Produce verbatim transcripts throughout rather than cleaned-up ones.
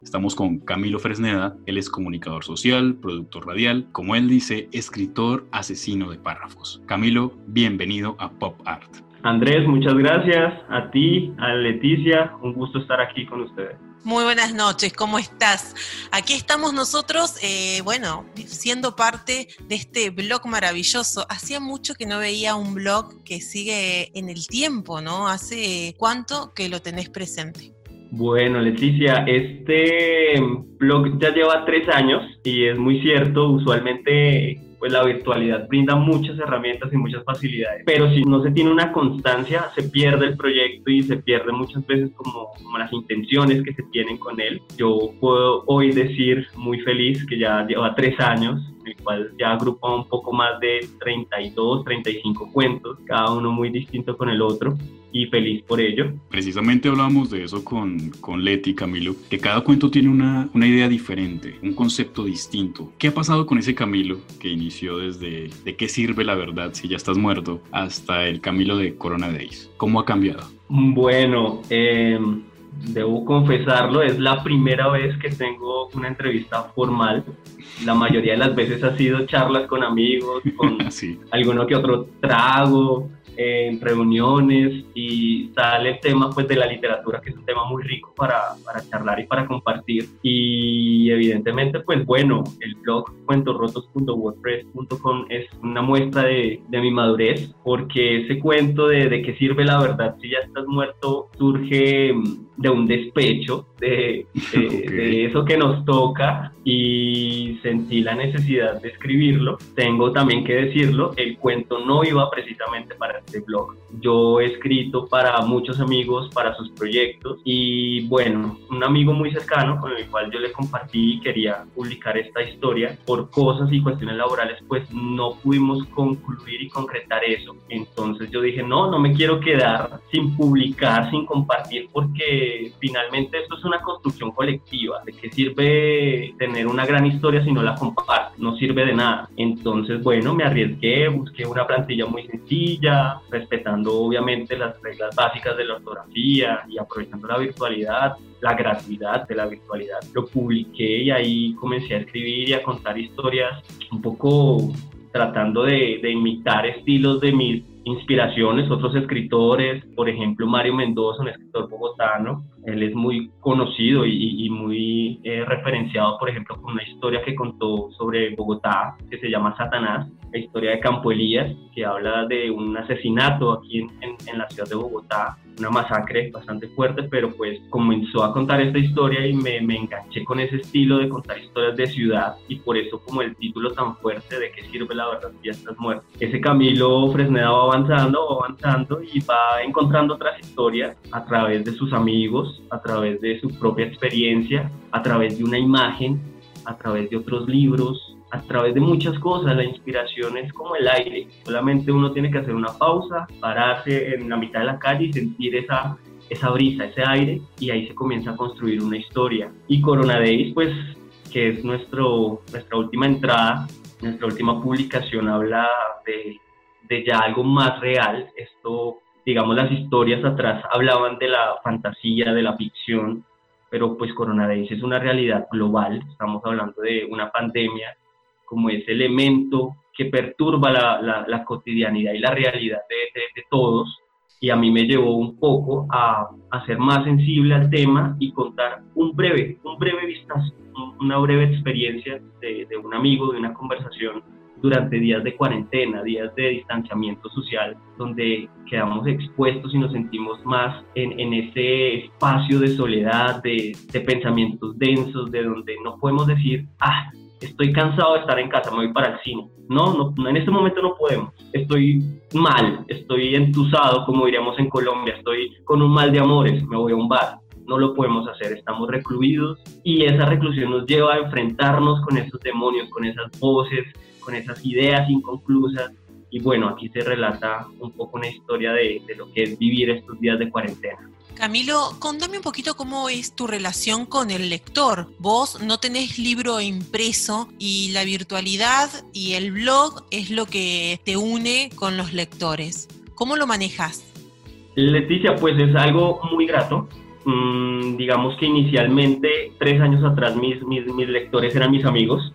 Estamos con Camilo Fresneda, él es comunicador social, productor radial, como él dice, escritor asesino de párrafos. Camilo, bienvenido a Pop Art. Andrés, muchas gracias. A ti, a Leticia, un gusto estar aquí con ustedes. Muy buenas noches, ¿cómo estás? Aquí estamos nosotros, eh, bueno, siendo parte de este blog maravilloso. Hacía mucho que no veía un blog que sigue en el tiempo, ¿no? ¿Hace cuánto que lo tenés presente? Bueno, Leticia, este blog ya lleva tres años y es muy cierto, usualmente pues la virtualidad brinda muchas herramientas y muchas facilidades, pero si no se tiene una constancia, se pierde el proyecto y se pierde muchas veces como, como las intenciones que se tienen con él. Yo puedo hoy decir muy feliz que ya lleva tres años, el cual ya agrupa un poco más de treinta y dos, treinta y cinco cuentos, cada uno muy distinto con el otro, y feliz por ello. Precisamente hablábamos de eso con, con Leti, Camilo, que cada cuento tiene una, una idea diferente, un concepto distinto. ¿Qué ha pasado con ese Camilo que inició desde ¿De qué sirve la verdad si ya estás muerto? Hasta el Camilo de Corona Days? ¿Cómo ha cambiado? Bueno, eh, debo confesarlo, es la primera vez que tengo una entrevista formal. La mayoría de las veces ha sido charlas con amigos, con sí. alguno que otro trago, en reuniones, y sale el tema pues de la literatura, que es un tema muy rico para, para charlar y para compartir. Y evidentemente pues bueno, el blog cuentos rotos punto wordpress punto com es una muestra de, de mi madurez, porque ese cuento de, de qué sirve la verdad si ya estás muerto surge de un despecho de, de, okay. de eso que nos toca, y sentí la necesidad de escribirlo. Tengo también que decirlo, el cuento no iba precisamente para este blog. Yo he escrito para muchos amigos, para sus proyectos, y bueno, un amigo muy cercano con el cual yo le compartí y quería publicar esta historia, por cosas y cuestiones laborales pues no pudimos concluir y concretar eso. Entonces yo dije, no, no me quiero quedar sin publicar, sin compartir, porque finalmente esto es una construcción colectiva. ¿De qué sirve tener una gran historia si no la compartes? No sirve de nada. Entonces bueno, me arriesgué, busqué una plantilla muy sencilla, respetando obviamente las reglas básicas de la ortografía y aprovechando la virtualidad, la gratuidad de la virtualidad. Lo publiqué y ahí comencé a escribir y a contar historias, un poco tratando de, de imitar estilos de mis inspiraciones, otros escritores, por ejemplo Mario Mendoza, un escritor bogotano. Él es muy conocido y, y muy eh, referenciado, por ejemplo, con una historia que contó sobre Bogotá, que se llama Satanás, la historia de Campo Elías, que habla de un asesinato aquí en, en, en la ciudad de Bogotá, una masacre bastante fuerte, pero pues comenzó a contar esta historia y me, me enganché con ese estilo de contar historias de ciudad, y por eso como el título tan fuerte, ¿de qué sirve la verdad si ya estás muerto? Ese Camilo Fresneda va avanzando, va avanzando y va encontrando otras historias a través de sus amigos, a través de su propia experiencia, a través de una imagen, a través de otros libros, a través de muchas cosas. La inspiración es como el aire, solamente uno tiene que hacer una pausa, pararse en la mitad de la calle y sentir esa, esa brisa, ese aire, y ahí se comienza a construir una historia. Y Corona Days, pues, que es nuestro, nuestra última entrada, nuestra última publicación, habla de, de ya algo más real. Esto, digamos, las historias atrás hablaban de la fantasía, de la ficción, pero pues Corona Days es una realidad global. Estamos hablando de una pandemia como ese elemento que perturba la, la, la cotidianidad y la realidad de, de, de todos, y a mí me llevó un poco a, a ser más sensible al tema y contar un breve, un breve vistazo, una breve experiencia de, de un amigo, de una conversación durante días de cuarentena, días de distanciamiento social, donde quedamos expuestos y nos sentimos más en, en ese espacio de soledad, de, de pensamientos densos, de donde no podemos decir, ah, estoy cansado de estar en casa, me voy para el cine. No, no, no, en este momento no podemos. Estoy mal, estoy entusado, como diríamos en Colombia, estoy con un mal de amores, me voy a un bar. No lo podemos hacer, estamos recluidos, y esa reclusión nos lleva a enfrentarnos con esos demonios, con esas voces, con esas ideas inconclusas. Y bueno, aquí se relata un poco una historia de, de lo que es vivir estos días de cuarentena. Camilo, contame un poquito cómo es tu relación con el lector. Vos no tenés libro impreso y la virtualidad y el blog es lo que te une con los lectores. ¿Cómo lo manejas? Leticia, pues es algo muy grato. mmm, digamos que inicialmente, tres años atrás, mis, mis, mis lectores eran mis amigos.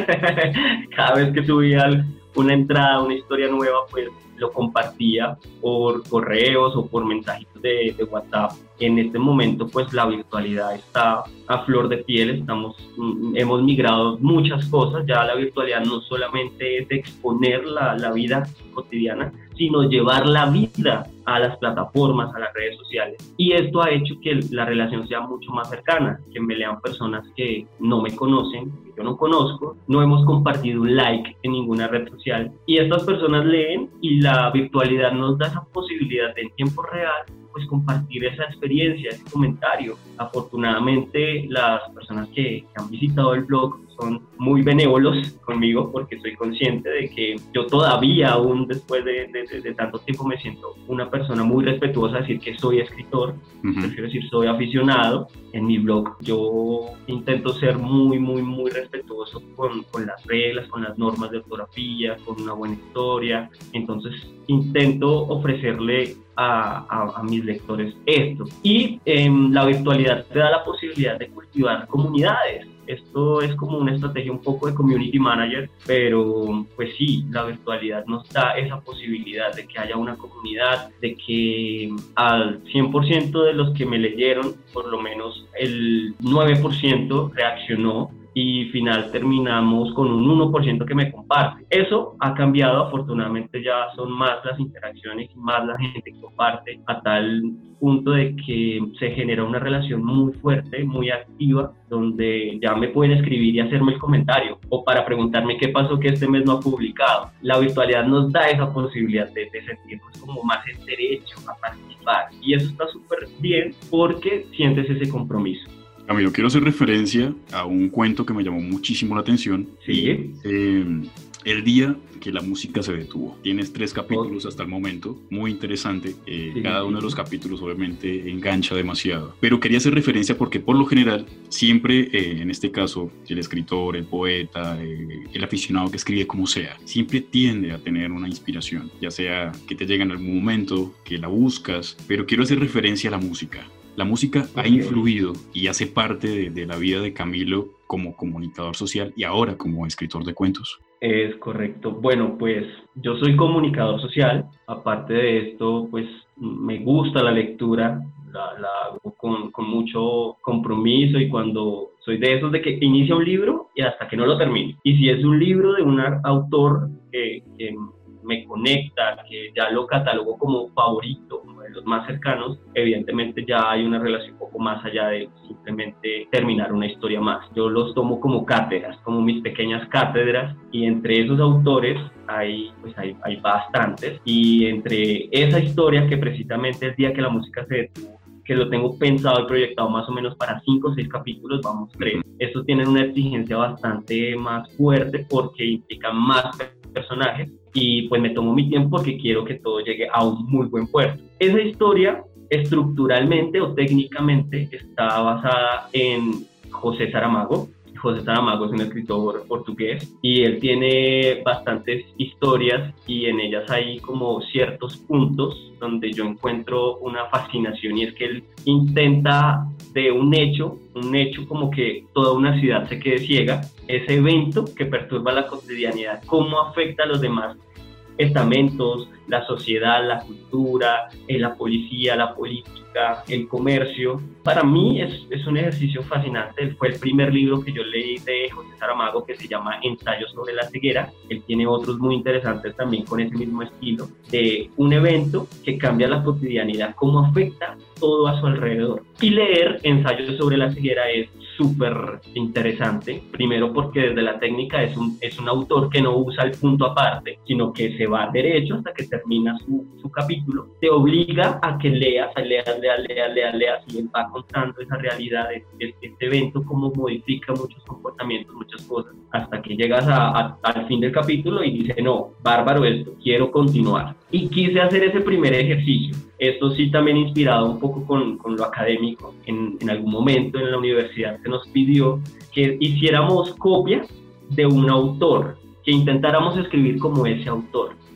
Cada vez que subía una entrada, una historia nueva, pues lo compartía por correos o por mensajitos de, de WhatsApp. En este momento, pues la virtualidad está a flor de piel, estamos, hemos migrado muchas cosas, ya la virtualidad no solamente es exponer la, la vida cotidiana, sino llevar la vida a las plataformas, a las redes sociales. Y esto ha hecho que la relación sea mucho más cercana, que me lean personas que no me conocen, que yo no conozco, no hemos compartido un like en ninguna red social, y estas personas leen y la virtualidad nos da esa posibilidad de en tiempo real pues compartir esa experiencia, ese comentario. Afortunadamente las personas que, que han visitado el blog son muy benévolos conmigo porque soy consciente de que yo todavía, aún después de, de, de, de tanto tiempo, me siento una persona muy respetuosa de decir que soy escritor, uh-huh. Prefiero decir soy aficionado. En mi blog yo intento ser muy, muy, muy respetuoso con, con las reglas, con las normas de ortografía, con una buena historia. Entonces intento ofrecerle a, a, a mis lectores esto. Y eh, la virtualidad te da la posibilidad de cultivar comunidades. Esto es como una estrategia un poco de community manager, pero pues sí, la virtualidad nos da esa posibilidad de que haya una comunidad, de que al cien por ciento de los que me leyeron, por lo menos el nueve por ciento reaccionó, y final terminamos con un uno por ciento que me comparte. Eso ha cambiado, afortunadamente ya son más las interacciones y más la gente que comparte, a tal punto de que se genera una relación muy fuerte, muy activa, donde ya me pueden escribir y hacerme el comentario, o para preguntarme qué pasó que este mes no ha publicado. La virtualidad nos da esa posibilidad de, de sentirnos como más en derecho a participar, y eso está súper bien porque sientes ese compromiso. Camilo, quiero hacer referencia a un cuento que me llamó muchísimo la atención. Sí. Eh, el día que la música se detuvo. Tienes tres capítulos hasta el momento, muy interesante. Eh, sí, cada uno de los capítulos obviamente engancha demasiado. Pero quería hacer referencia porque por lo general siempre, eh, en este caso, el escritor, el poeta, eh, el aficionado que escribe como sea, siempre tiende a tener una inspiración, ya sea que te llega en algún momento, que la buscas, pero quiero hacer referencia a la música. La música ha influido y hace parte de, de la vida de Camilo como comunicador social y ahora como escritor de cuentos. Es correcto. Bueno, pues yo soy comunicador social. Aparte de esto, pues me gusta la lectura, la, la hago con, con mucho compromiso, y cuando soy de esos de que inicia un libro y hasta que no lo termine. Y si es un libro de un autor que, que me conecta, que ya lo catalogo como favorito, como de los más cercanos, evidentemente ya hay una relación un poco más allá de simplemente terminar una historia más. Yo los tomo como cátedras, como mis pequeñas cátedras, y entre esos autores hay, pues hay, hay bastantes, y entre esa historia que precisamente el día que la música se detuvo, que lo tengo pensado y proyectado más o menos para cinco o seis capítulos, vamos tres. Estos tienen una exigencia bastante más fuerte porque implican más personajes, y pues me tomo mi tiempo porque quiero que todo llegue a un muy buen puerto. Esa historia estructuralmente o técnicamente está basada en José Saramago. José Saramago es un escritor portugués y él tiene bastantes historias, y en ellas hay como ciertos puntos donde yo encuentro una fascinación, y es que él intenta de un hecho, un hecho como que toda una ciudad se quede ciega, ese evento que perturba la cotidianidad, cómo afecta a los demás estamentos, la sociedad, la cultura, eh, la policía, la política, el comercio. Para mí es, es un ejercicio fascinante. Fue el primer libro que yo leí de José Saramago, que se llama Ensayo sobre la ceguera. Él tiene otros muy interesantes también con ese mismo estilo, de un evento que cambia la cotidianidad, cómo afecta todo a su alrededor. Y leer Ensayo sobre la ceguera es súper interesante, primero porque desde la técnica es un, es un autor que no usa el punto aparte, sino que se va derecho hasta que termina su, su capítulo, te obliga a que leas, a leas, leas, leas, leas, leas, y él va contando esa realidad de, de este evento, cómo modifica muchos comportamientos, muchas cosas, hasta que llegas a, a, al fin del capítulo y dice, no, bárbaro esto, quiero continuar. Y quise hacer ese primer ejercicio. Esto sí también inspirado un poco con, con lo académico. En, en algún momento en la universidad se nos pidió que hiciéramos copias de un autor, que intentáramos escribir como ese autor.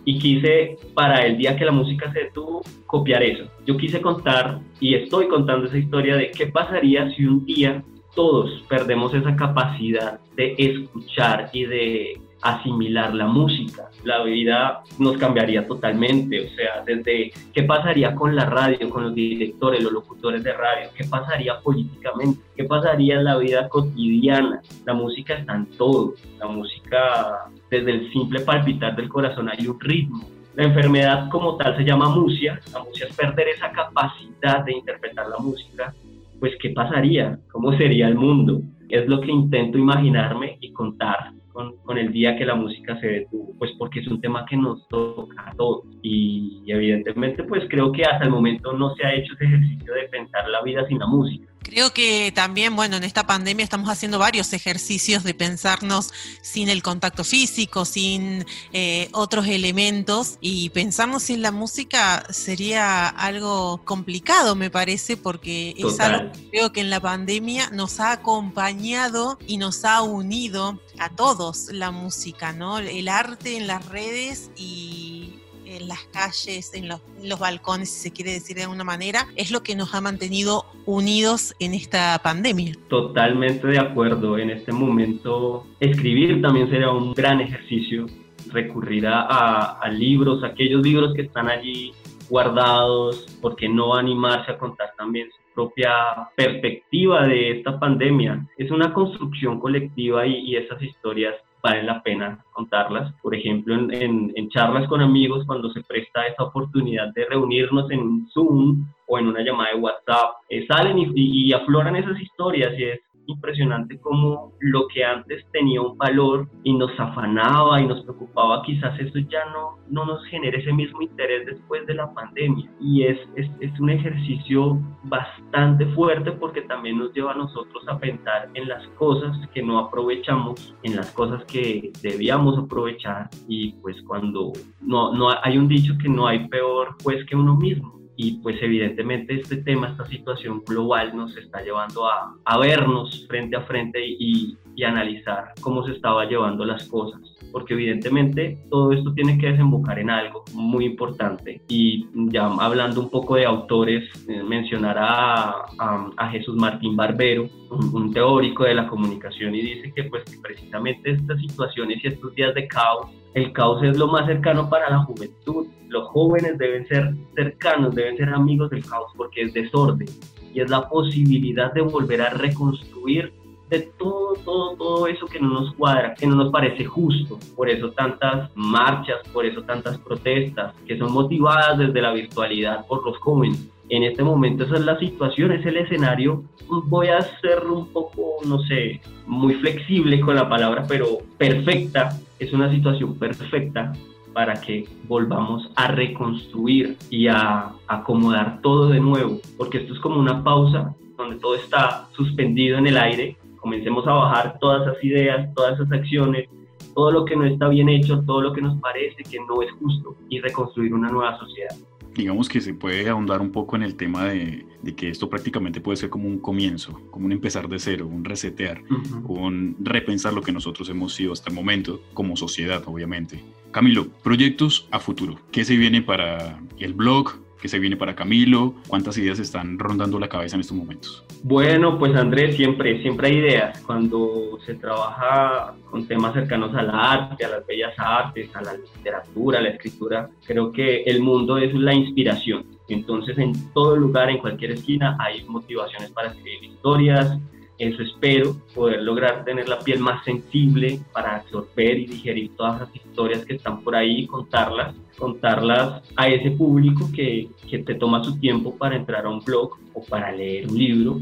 y quise, para el día que la música se detuvo, copiar eso. Yo quise contar, y estoy contando esa historia de qué pasaría si un día todos perdemos esa capacidad de escuchar y de asimilar la música. La vida nos cambiaría totalmente, o sea, desde qué pasaría con la radio, con los directores, los locutores de radio, qué pasaría políticamente, qué pasaría en la vida cotidiana. La música está en todo, la música, desde el simple palpitar del corazón hay un ritmo. La enfermedad como tal se llama musia, la musia es perder esa capacidad de interpretar la música. Pues qué pasaría, cómo sería el mundo, es lo que intento imaginarme y contar con, con el día que la música se detuvo, pues porque es un tema que nos toca a todos y, y evidentemente pues creo que hasta el momento no se ha hecho ese ejercicio de pensar la vida sin la música. Creo que también, bueno, en esta pandemia estamos haciendo varios ejercicios de pensarnos sin el contacto físico, sin eh, otros elementos, y pensarnos sin la música sería algo complicado, me parece, porque Total. Es algo que creo que en la pandemia nos ha acompañado y nos ha unido a todos la música, ¿no? El arte en las redes y en las calles, en los, en los balcones, si se quiere decir de alguna manera, es lo que nos ha mantenido unidos en esta pandemia. Totalmente de acuerdo. En este momento, escribir también sería un gran ejercicio, recurrir a, a, a libros, aquellos libros que están allí guardados, ¿por qué no animarse a contar también su propia perspectiva de esta pandemia? Es una construcción colectiva y, y esas historias vale la pena contarlas. Por ejemplo, en, en, en charlas con amigos, cuando se presta esa oportunidad de reunirnos en un Zoom o en una llamada de WhatsApp, eh, salen y, y, y afloran esas historias y es impresionante cómo lo que antes tenía un valor y nos afanaba y nos preocupaba, quizás eso ya no, no nos genera ese mismo interés después de la pandemia. Y es, es, es un ejercicio bastante fuerte porque también nos lleva a nosotros a pensar en las cosas que no aprovechamos, en las cosas que debíamos aprovechar, y pues cuando no, no hay un dicho que no hay peor juez que uno mismo. Y pues evidentemente este tema, esta situación global nos está llevando a, a vernos frente a frente y, y analizar cómo se estaba llevando las cosas, porque evidentemente todo esto tiene que desembocar en algo muy importante. Y ya hablando un poco de autores, eh, mencionar a, a, a Jesús Martín Barbero, un, un teórico de la comunicación, y dice que pues que precisamente estas situaciones y estos días de caos, el caos es lo más cercano para la juventud. Los jóvenes deben ser cercanos, deben ser amigos del caos, porque es desorden y es la posibilidad de volver a reconstruir de todo, todo, todo eso que no nos cuadra, que no nos parece justo. Por eso tantas marchas, por eso tantas protestas, que son motivadas desde la virtualidad por los jóvenes. En este momento esa es la situación, es el escenario. Voy a ser un poco, no sé, muy flexible con la palabra, pero perfecta. Es una situación perfecta para que volvamos a reconstruir y a acomodar todo de nuevo, porque esto es como una pausa donde todo está suspendido en el aire. Comencemos a bajar todas esas ideas, todas esas acciones, todo lo que no está bien hecho, todo lo que nos parece que no es justo, y reconstruir una nueva sociedad. Digamos que se puede ahondar un poco en el tema de, de que esto prácticamente puede ser como un comienzo, como un empezar de cero, un resetear, uh-huh. un repensar lo que nosotros hemos sido hasta el momento, como sociedad, obviamente. Camilo, proyectos a futuro. ¿Qué se viene para el blog? ¿Qué se viene para Camilo? ¿Cuántas ideas están rondando la cabeza en estos momentos? Bueno, pues Andrés, siempre, siempre hay ideas. Cuando se trabaja con temas cercanos al arte, a las bellas artes, a la literatura, a la escritura, creo que el mundo es la inspiración. Entonces, en todo lugar, en cualquier esquina, hay motivaciones para escribir historias. Eso espero, poder lograr tener la piel más sensible para absorber y digerir todas las historias que están por ahí y contarlas, contarlas a ese público que, que te toma su tiempo para entrar a un blog o para leer un libro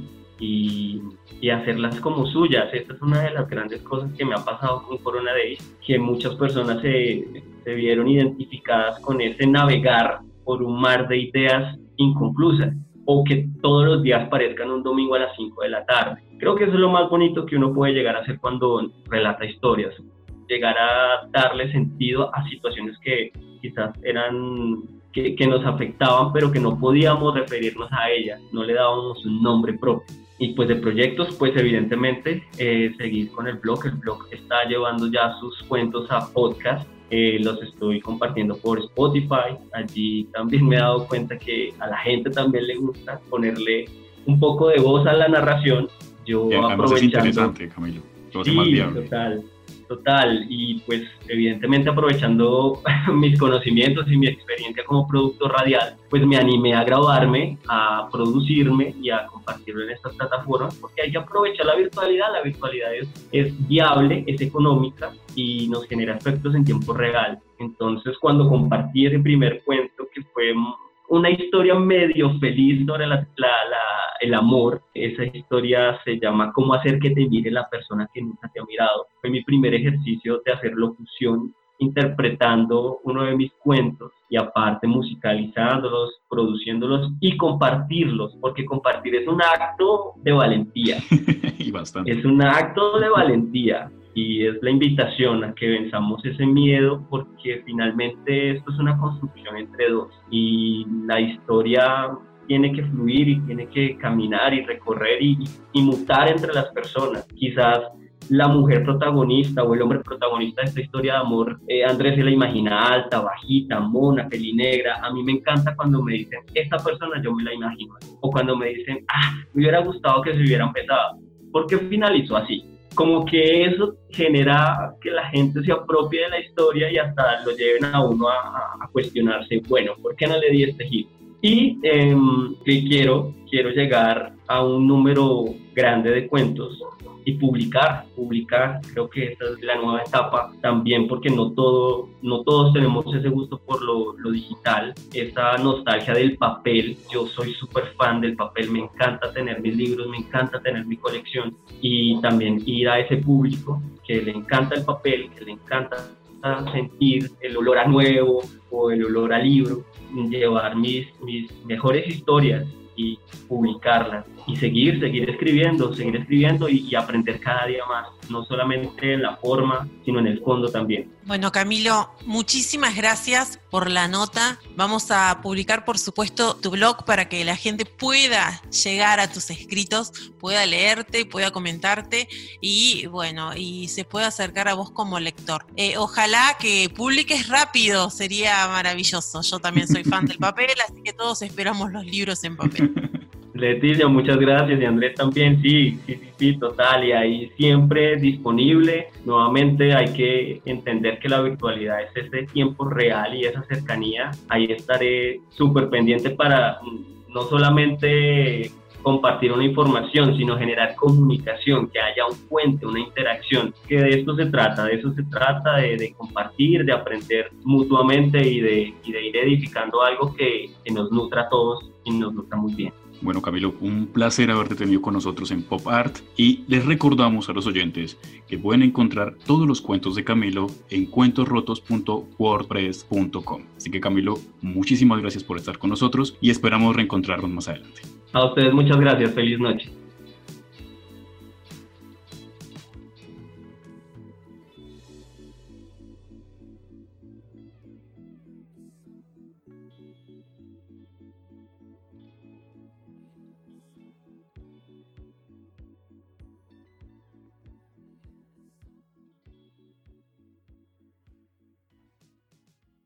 y, y hacerlas como suyas. Esta es una de las grandes cosas que me ha pasado con Corona Days, que muchas personas se, se vieron identificadas con ese navegar por un mar de ideas inconclusas, o que todos los días parezcan un domingo a las cinco de la tarde. Creo que eso es lo más bonito que uno puede llegar a hacer cuando relata historias, llegar a darle sentido a situaciones que quizás eran, que, que nos afectaban, pero que no podíamos referirnos a ellas, no le dábamos un nombre propio. Y pues de proyectos, pues evidentemente eh, seguir con el blog. El blog está llevando ya sus cuentos a podcast. eh, los estoy compartiendo por Spotify. Allí también me he dado cuenta que a la gente también le gusta ponerle un poco de voz a la narración. Yo y además es interesante, Camilo, lo hace sí, más viable. Total, total, y pues evidentemente aprovechando mis conocimientos y mi experiencia como productor radial, pues me animé a grabarme, a producirme y a compartirlo en estas plataformas, porque hay que aprovechar la virtualidad. La virtualidad es, es viable, es económica y nos genera efectos en tiempo real. Entonces, cuando compartí ese primer cuento, que fue una historia medio feliz sobre la, la, la, el amor. Esa historia se llama ¿Cómo hacer que te mire la persona que nunca te ha mirado? Fue mi primer ejercicio de hacer locución, interpretando uno de mis cuentos y aparte musicalizándolos, produciéndolos y compartirlos, porque compartir es un acto de valentía. Y bastante. Es un acto de valentía. Y es la invitación a que venzamos ese miedo, porque finalmente esto es una construcción entre dos y la historia tiene que fluir y tiene que caminar y recorrer y, y mutar entre las personas. Quizás la mujer protagonista o el hombre protagonista de esta historia de amor, eh, Andrés se la imagina alta, bajita, mona, pelinegra. A mí me encanta cuando me dicen, esta persona yo me la imagino, o cuando me dicen, ah, me hubiera gustado que se hubiera empezado. ¿Por qué finalizó así? Como que eso genera que la gente se apropie de la historia y hasta lo lleven a uno a, a cuestionarse, bueno, ¿por qué no le di este giro? Y eh, que quiero, quiero llegar a un número grande de cuentos y publicar, publicar, creo que esta es la nueva etapa también, porque no, todo, no todos tenemos ese gusto por lo, lo digital, esa nostalgia del papel. Yo soy súper fan del papel, me encanta tener mis libros, me encanta tener mi colección, y también ir a ese público que le encanta el papel, que le encanta sentir el olor a nuevo o el olor a libro, llevar mis, mis mejores historias y publicarlas y seguir, seguir escribiendo, seguir escribiendo y, y aprender cada día más, no solamente en la forma, sino en el fondo también. Bueno, Camilo, muchísimas gracias por la nota. Vamos a publicar, por supuesto, tu blog para que la gente pueda llegar a tus escritos, pueda leerte, pueda comentarte y, bueno, y se pueda acercar a vos como lector. Eh, ojalá que publiques rápido, sería maravilloso. Yo también soy fan del papel, así que todos esperamos los libros en papel. Leticia, muchas gracias, y Andrés también, sí, sí, sí, sí, total, y ahí siempre disponible. Nuevamente hay que entender que la virtualidad es ese tiempo real y esa cercanía. Ahí estaré súper pendiente para no solamente compartir una información, sino generar comunicación, que haya un puente, una interacción, que de esto se trata, de eso se trata, de, de compartir, de aprender mutuamente y de, y de ir edificando algo que, que nos nutra a todos y nos nutra muy bien. Bueno, Camilo, un placer haberte tenido con nosotros en Pop Art, y les recordamos a los oyentes que pueden encontrar todos los cuentos de Camilo en cuentos rotos punto wordpress punto com. Así que, Camilo, muchísimas gracias por estar con nosotros y esperamos reencontrarnos más adelante. A ustedes muchas gracias, feliz noche.